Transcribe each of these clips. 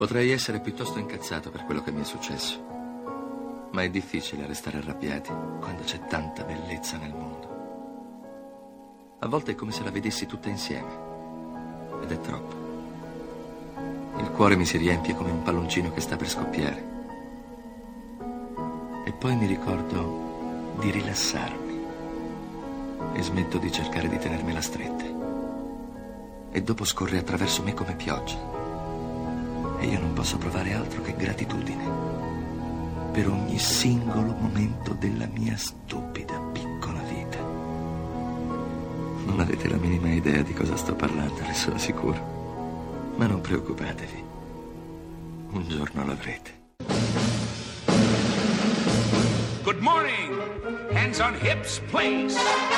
Potrei essere piuttosto incazzato per quello che mi è successo, ma è difficile restare arrabbiati quando c'è tanta bellezza nel mondo. A volte è come se la vedessi tutta insieme, ed è troppo. Il cuore mi si riempie come un palloncino che sta per scoppiare. E poi mi ricordo di rilassarmi e smetto di cercare di tenermela stretta. E dopo scorre attraverso me come pioggia. E io non posso provare altro che gratitudine per ogni singolo momento della mia stupida piccola vita. Non avete la minima idea di cosa sto parlando, ne sono sicuro. Ma non preoccupatevi, un giorno l'avrete. Good morning. Hands on hips, please.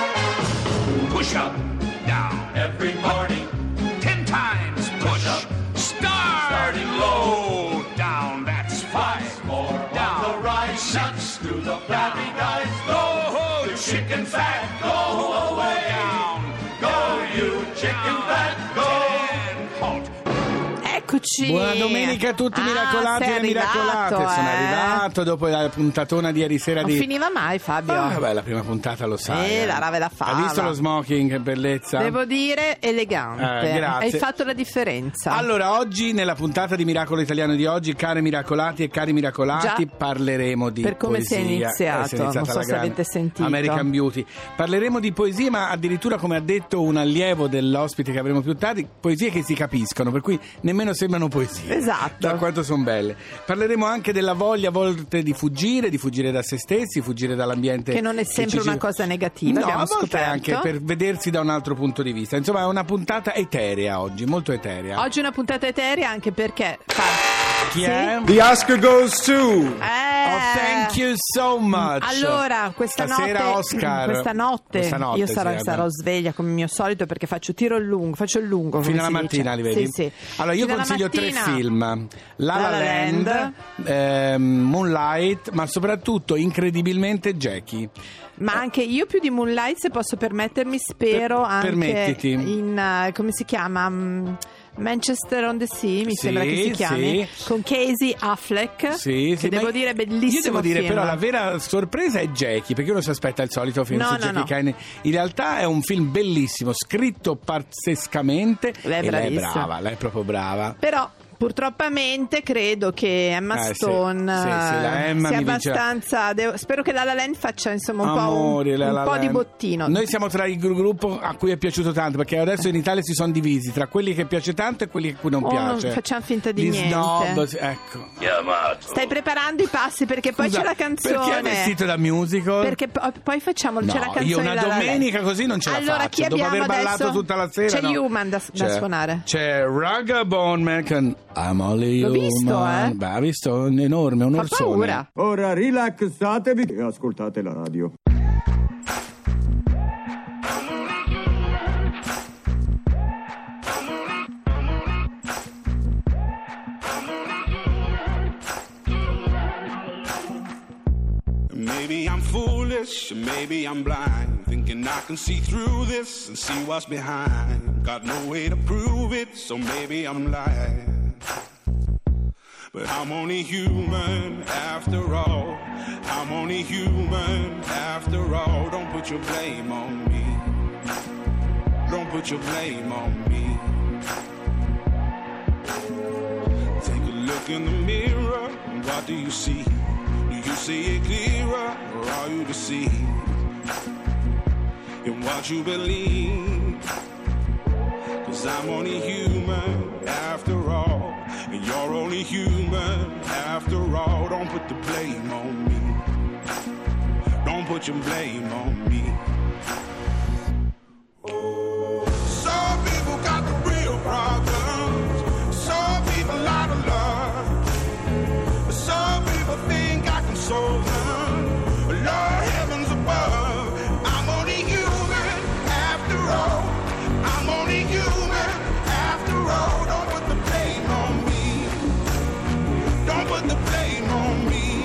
Push up, down. Every morning. 10 times push up. Starting low, down, that's 5 more. Down, the right, 6 to the flabby guys. Go, chicken fat, go away. Down, go, you chicken fat, go. 10, halt. Eccoci. Buona domenica a tutti, miracolati e miracolate. Sono arrivato dopo la puntatona di ieri sera. Non finiva mai, Fabio. Vabbè, la prima puntata lo sai. La rave da fava. Hai visto lo smoking, che bellezza? Devo dire elegante. Grazie. Hai fatto la differenza. Allora, oggi nella puntata di Miracolo Italiano di oggi, care miracolati e cari miracolati, Già, parleremo di per come poesia. si è iniziato, non so se avete sentito. American Beauty. Parleremo di poesie, ma addirittura, come ha detto un allievo dell'ospite che avremo più tardi, poesie che si capiscono, per cui nemmeno sembrano poesie. Esatto. Da quanto sono belle. Parleremo anche della voglia a volte di fuggire da se stessi, fuggire dall'ambiente. Che non è sempre una cosa negativa. No, abbiamo a volte scoperto. anche per vedersi da un altro punto di vista. Insomma, è una puntata eterea oggi, molto eterea. Oggi è una puntata eterea anche perché... Chi è? The Oscar goes to... Oh, thank you so much. Allora, questa Stasera notte, Oscar. Questa notte io sarò sveglia come mio solito perché faccio il lungo come fino alla si mattina dice. li vedi? Sì. Allora io Fino alla consiglio 3 mattina. film: La La Land, Moonlight, ma soprattutto incredibilmente Jackie. Ma anche io più di Moonlight, se posso permettermi, spero anche permettiti. in come si chiama? Manchester on the Sea, mi sembra che si chiami, con Casey Affleck, che devo dire bellissimo. Io devo dire film. però la vera sorpresa è Jackie, perché uno si aspetta il solito film su Jackie Kennedy. In realtà è un film bellissimo, scritto pazzescamente. Lei è brava, lei è proprio brava. Però purtroppamente credo che Emma Stone la Emma sia mi abbastanza spero che La La Land faccia insomma Amore, un po' di bottino. Noi siamo tra il gruppo a cui è piaciuto tanto, perché adesso in Italia si sono divisi tra quelli che piace tanto e quelli a cui non piace. Non facciamo finta di Gli niente. snob, ecco. Stai preparando i passi perché poi c'è la canzone. Perché è vestito da musical? Perché poi facciamo c'è la canzone. Io una La La Land. domenica così non ce la allora, faccio. Chi dopo aver ballato adesso? tutta la sera. C'è Human da suonare. C'è Ragabone Man con I'm only L'ho visto, human. Beh, ha visto? È enorme, un Fa orsone. paura. Ora rilassatevi e ascoltate la radio. Maybe I'm foolish, maybe I'm blind, thinking I can see through this and see what's behind. Got no way to prove it, so maybe I'm lying. But I'm only human after all. I'm only human after all. Don't put your blame on me. Don't put your blame on me. Take a look in the mirror, and what do you see? Do you see it clearer, or are you deceived in what you believe? 'Cause I'm only human after all, and you're only human after all. Don't put the blame on me. Don't put your blame on me. Some people got the real problems. Some people out of love. Some people think I can solve them. Lord heavens above, I'm only human after all. I'm only human after all. Don't put the blame on me. Don't put the blame on me.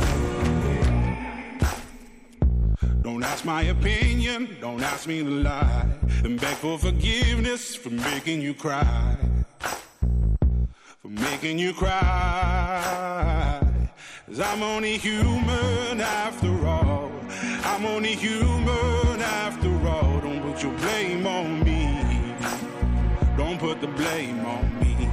Don't ask my opinion, don't ask me to lie, and beg for forgiveness for making you cry, for making you cry. 'Cause I'm only human after all. I'm only human after all. Don't put your blame on me. Don't put the blame on me.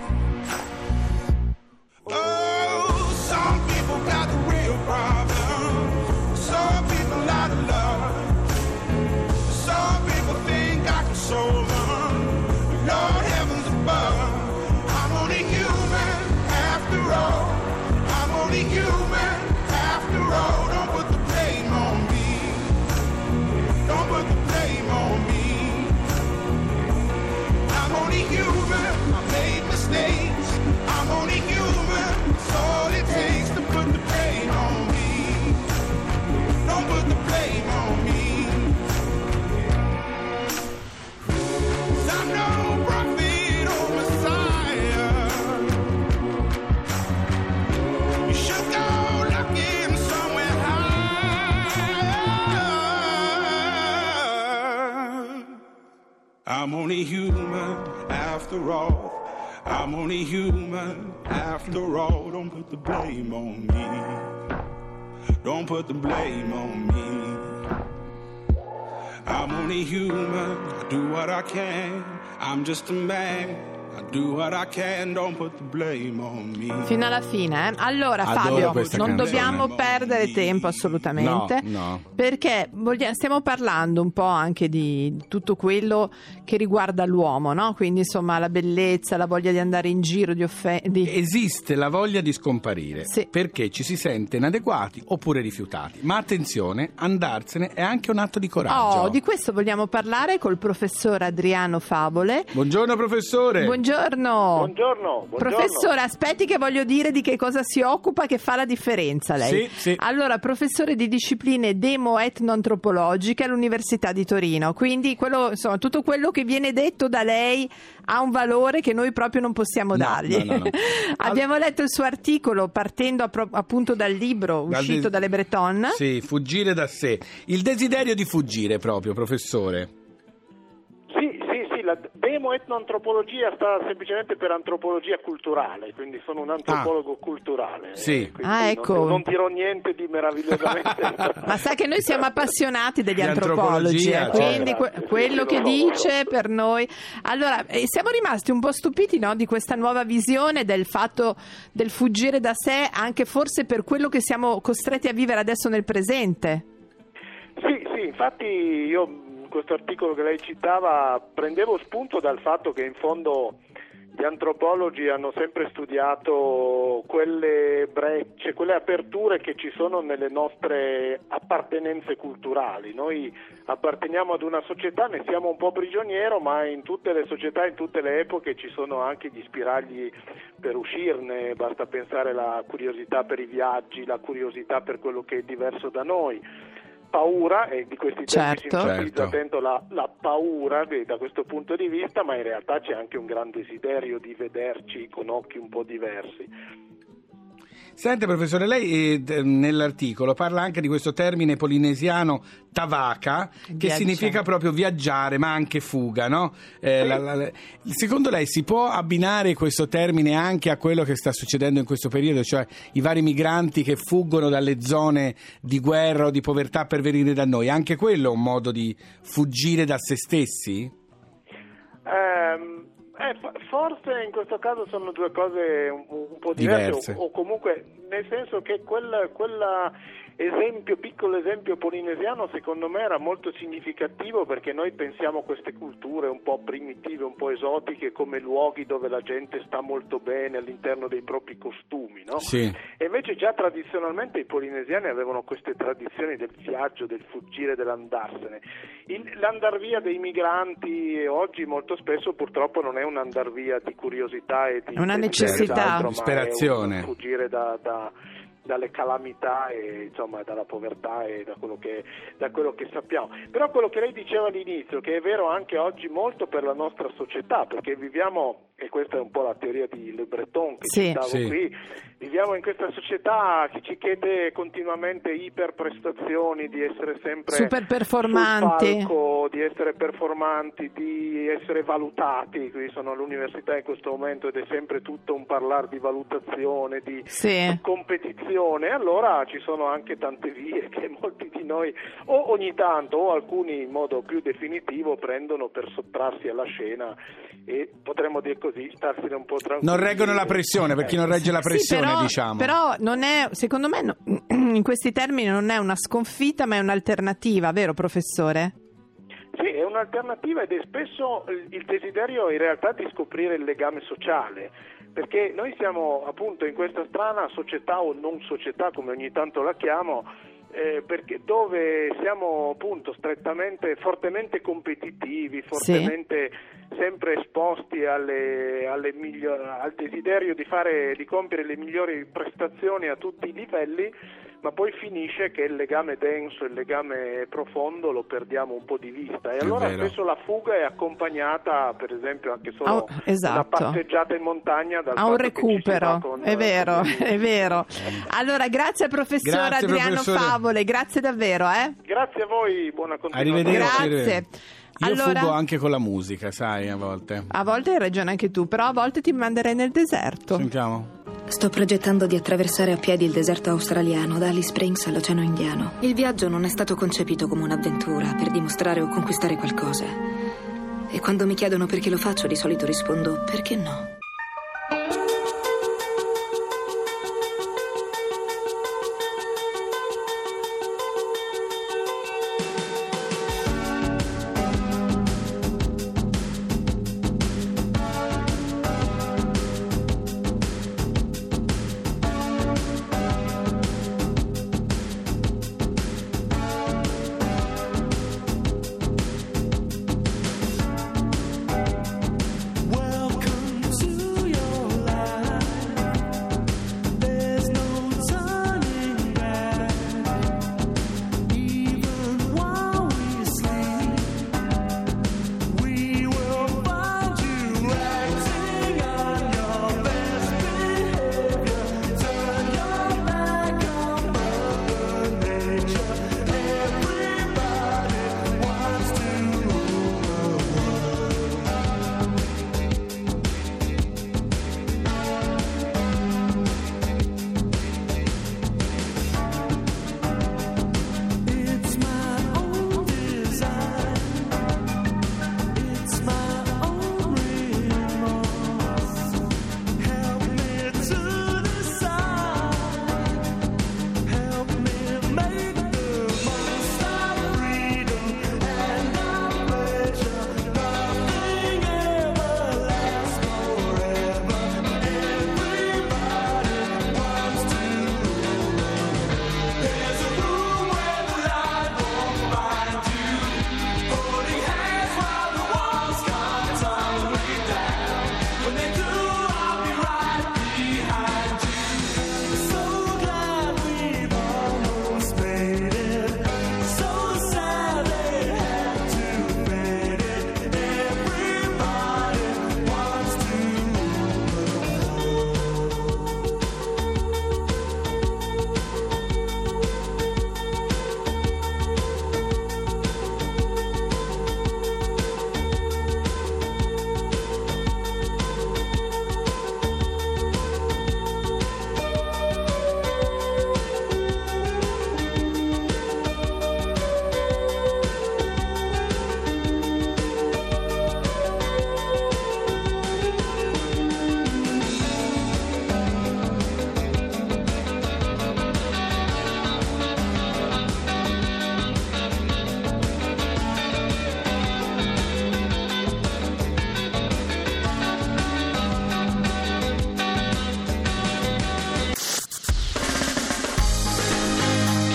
Oh, some people got the real problem. Some people out of love. Some people think I can solve them. Lord heavens above. I'm only human after all. I'm only human after all. Don't put the blame on me. Don't put the blame on me. I'm only human. I made mistakes. I'm only human. It's all it takes to put the blame on me. Don't put the blame on me. 'Cause I'm no prophet or Messiah. You should go looking somewhere higher. I'm only human after all. I'm only human after all. Don't put the blame on me. Don't put the blame on me. I'm only human. I do what I can. I'm just a man. I do what I can. Don't put the blame on me. Fino alla fine, eh? Allora Adoro Fabio, non dobbiamo perdere tempo assolutamente, No. perché stiamo parlando un po' anche di tutto quello che riguarda l'uomo, no? Quindi insomma la bellezza, la voglia di andare in giro, Esiste la voglia di scomparire, Sì. perché ci si sente inadeguati oppure rifiutati. Ma attenzione, andarsene è anche un atto di coraggio. Di questo vogliamo parlare col professor Adriano Favole. Buongiorno professore. Buongiorno. Buongiorno. Professore, aspetti che voglio dire di che cosa si occupa, che fa la differenza lei. Sì. Allora, professore di discipline demo-etnoantropologiche all'Università di Torino, quindi tutto quello che viene detto da lei ha un valore che noi proprio non possiamo dargli. No. Abbiamo letto il suo articolo partendo appunto dal libro uscito dalle Breton. Sì, fuggire da sé. Il desiderio di fuggire proprio, professore. Sì, la demo-etnoantropologia sta semplicemente per antropologia culturale, quindi sono un antropologo culturale. Sì. Ecco. Non dirò niente di meravigliosamente. Ma sa che noi siamo appassionati degli Di antropologi, antropologia, quindi certo. quello Sì, che lo dice per noi. Allora, siamo rimasti un po' stupiti, no, di questa nuova visione del fatto del fuggire da sé, anche forse per quello che siamo costretti a vivere adesso nel presente. Sì, infatti io questo articolo che lei citava prendevo spunto dal fatto che in fondo gli antropologi hanno sempre studiato quelle brecce, quelle aperture che ci sono nelle nostre appartenenze culturali. Noi apparteniamo ad una società, ne siamo un po' prigioniero, ma in tutte le società, in tutte le epoche ci sono anche gli spiragli per uscirne, basta pensare alla curiosità per i viaggi, la curiosità per quello che è diverso da noi. Paura, e di questi tempi si utilizza attento la paura da questo punto di vista, ma in realtà c'è anche un gran desiderio di vederci con occhi un po' diversi. Sente professore, lei nell'articolo parla anche di questo termine polinesiano tavaka, che significa proprio viaggiare, ma anche fuga, no? Secondo lei si può abbinare questo termine anche a quello che sta succedendo in questo periodo, cioè i vari migranti che fuggono dalle zone di guerra o di povertà per venire da noi? Anche quello è un modo di fuggire da se stessi? Forse in questo caso sono due cose un po' diverse. O comunque nel senso che quel piccolo esempio polinesiano secondo me era molto significativo, perché noi pensiamo a queste culture un po' primitive, un po' esotiche, come luoghi dove la gente sta molto bene all'interno dei propri costumi, no? Sì. E invece già tradizionalmente i polinesiani avevano queste tradizioni del viaggio, del fuggire, dell'andarsene. L'andar via dei migranti oggi molto spesso purtroppo non è un andar via di curiosità e di una necessità, disperazione, è un fuggire dalle calamità e insomma dalla povertà e da quello che sappiamo. Però quello che lei diceva all'inizio, che è vero anche oggi molto per la nostra società, perché viviamo e questa è un po' la teoria di Le Breton che Sì. citavo qui, viviamo in questa società che ci chiede continuamente iperprestazioni, di essere sempre super performanti, sul palco, di essere performanti, di essere valutati. Qui sono all'università in questo momento ed è sempre tutto un parlare di valutazione, di competizione. Allora ci sono anche tante vie che molti di noi o ogni tanto o alcuni in modo più definitivo prendono per sottrarsi alla scena e potremmo dire così, starsene un po' tranquilli. Non reggono la pressione, per chi non regge la pressione, però, diciamo. Però non è, secondo me, in questi termini non è una sconfitta, ma è un'alternativa, vero professore? Sì, è un'alternativa ed è spesso il desiderio in realtà di scoprire il legame sociale, perché noi siamo appunto in questa strana società o non società, come ogni tanto la chiamo, perché dove siamo appunto fortemente competitivi, fortemente sempre esposti al desiderio di compiere le migliori prestazioni a tutti i livelli, ma poi finisce che il legame denso, il legame profondo lo perdiamo un po' di vista e allora spesso la fuga è accompagnata, per esempio, anche solo una passeggiata in montagna dal a un recupero, è vero. Allora grazie al professor Adriano Favole, grazie davvero. Grazie a voi, buona continuazione. Arrivederci. Grazie. Io fugo anche con la musica, sai, a volte. A volte hai ragione anche tu, però a volte ti manderei nel deserto. Sentiamo. Sto progettando di attraversare a piedi il deserto australiano, da Alice Springs all'Oceano Indiano. Il viaggio non è stato concepito come un'avventura per dimostrare o conquistare qualcosa. E quando mi chiedono perché lo faccio, di solito rispondo: perché no?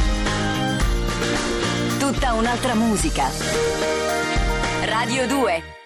Un'altra musica. Radio 2.